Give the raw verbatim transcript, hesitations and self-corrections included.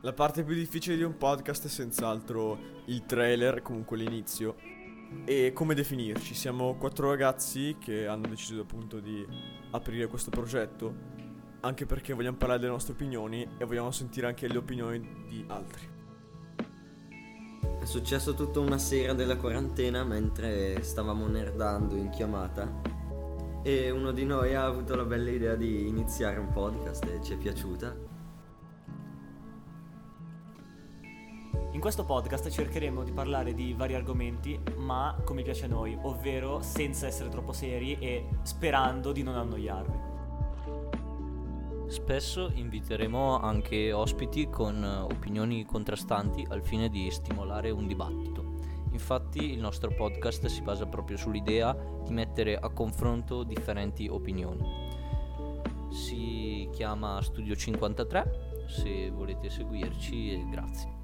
La parte più difficile di un podcast è senz'altro il trailer, comunque l'inizio. E come definirci? Siamo quattro ragazzi che hanno deciso appunto di aprire questo progetto, anche perché vogliamo parlare delle nostre opinioni e vogliamo sentire anche le opinioni di altri. È successo tutta una sera della quarantena mentre stavamo nerdando in chiamata e uno di noi ha avuto la bella idea di iniziare un podcast e ci è piaciuta. In questo podcast cercheremo di parlare di vari argomenti, ma come piace a noi, ovvero senza essere troppo seri e sperando di non annoiarvi. Spesso inviteremo anche ospiti con opinioni contrastanti al fine di stimolare un dibattito. Infatti il nostro podcast si basa proprio sull'idea di mettere a confronto differenti opinioni. Si chiama Studio cinquantatré, se volete seguirci, grazie.